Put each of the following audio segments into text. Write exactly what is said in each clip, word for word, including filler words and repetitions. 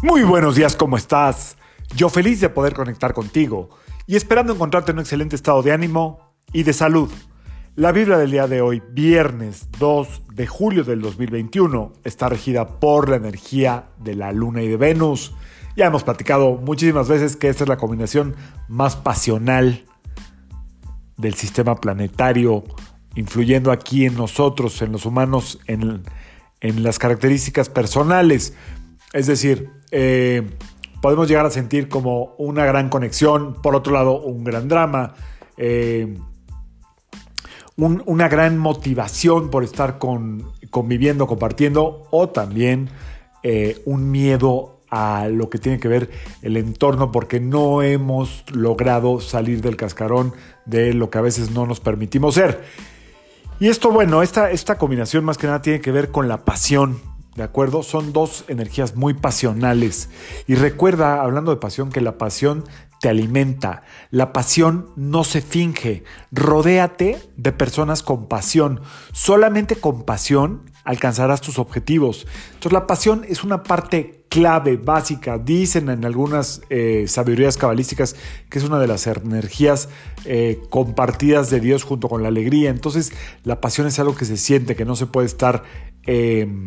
Muy buenos días, ¿cómo estás? Yo feliz de poder conectar contigo y esperando encontrarte en un excelente estado de ánimo y de salud. La vibra del día de hoy, viernes dos de julio del dos mil veintiuno, está regida por la energía de la Luna y de Venus. Ya hemos platicado muchísimas veces que esta es la combinación más pasional del sistema planetario, influyendo aquí en nosotros, en los humanos, en, en las características personales. Es decir, eh, podemos llegar a sentir como una gran conexión, por otro lado, un gran drama, eh, un, una gran motivación por estar con, conviviendo, compartiendo, o también eh, un miedo a lo que tiene que ver el entorno, porque no hemos logrado salir del cascarón de lo que a veces no nos permitimos ser. Y esto, bueno, esta, esta combinación más que nada tiene que ver con la pasión, ¿de acuerdo? Son dos energías muy pasionales. Y recuerda, hablando de pasión, que la pasión te alimenta. La pasión no se finge. Rodéate de personas con pasión. Solamente con pasión alcanzarás tus objetivos. Entonces la pasión es una parte clave, básica. Dicen en algunas eh, sabidurías cabalísticas que es una de las energías eh, compartidas de Dios junto con la alegría. Entonces la pasión es algo que se siente, que no se puede estar Eh,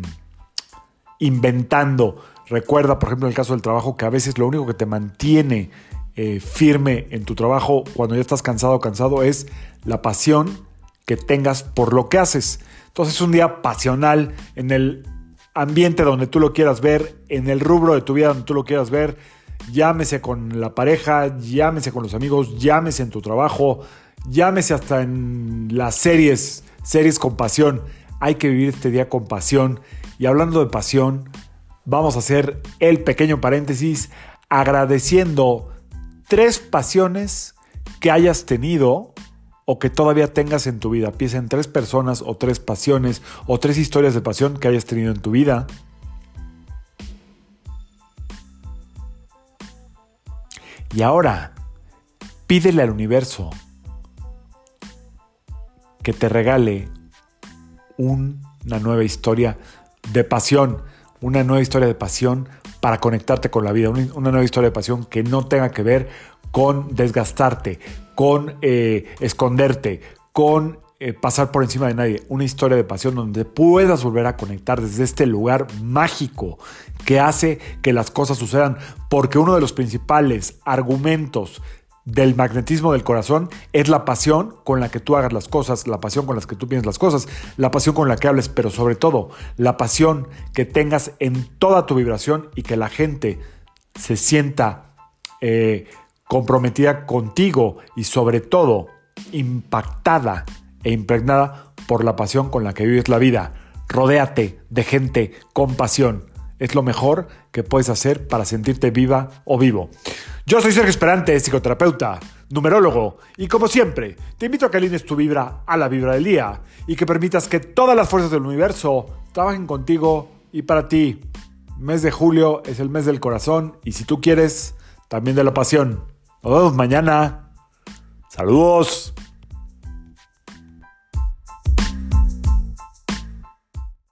inventando. Recuerda, por ejemplo, en el caso del trabajo, que a veces lo único que te mantiene eh, firme en tu trabajo cuando ya estás cansado o cansado es la pasión que tengas por lo que haces. Entonces es un día pasional en el ambiente donde tú lo quieras ver, en el rubro de tu vida donde tú lo quieras ver, llámese con la pareja, llámese con los amigos, llámese en tu trabajo, llámese hasta en las series, series con pasión. Hay que vivir este día con pasión. Y hablando de pasión, vamos a hacer el pequeño paréntesis agradeciendo tres pasiones que hayas tenido o que todavía tengas en tu vida. Piensa en tres personas o tres pasiones o tres historias de pasión que hayas tenido en tu vida. Y ahora, pídele al universo que te regale una nueva historia de pasión, una nueva historia de pasión para conectarte con la vida, una, una nueva historia de pasión que no tenga que ver con desgastarte, con eh, esconderte, con eh, pasar por encima de nadie. Una historia de pasión donde puedas volver a conectar desde este lugar mágico que hace que las cosas sucedan, porque uno de los principales argumentos del magnetismo del corazón es la pasión con la que tú hagas las cosas, la pasión con la que tú piensas las cosas, la pasión con la que hables, pero sobre todo la pasión que tengas en toda tu vibración y que la gente se sienta eh, comprometida contigo y sobre todo impactada e impregnada por la pasión con la que vives la vida. Rodéate de gente con pasión. Es lo mejor que puedes hacer para sentirte viva o vivo. Yo soy Sergio Esperante, psicoterapeuta, numerólogo, y como siempre, te invito a que alines tu vibra a la vibra del día y que permitas que todas las fuerzas del universo trabajen contigo y para ti. Mes de julio es el mes del corazón y si tú quieres, también de la pasión. Nos vemos mañana. Saludos.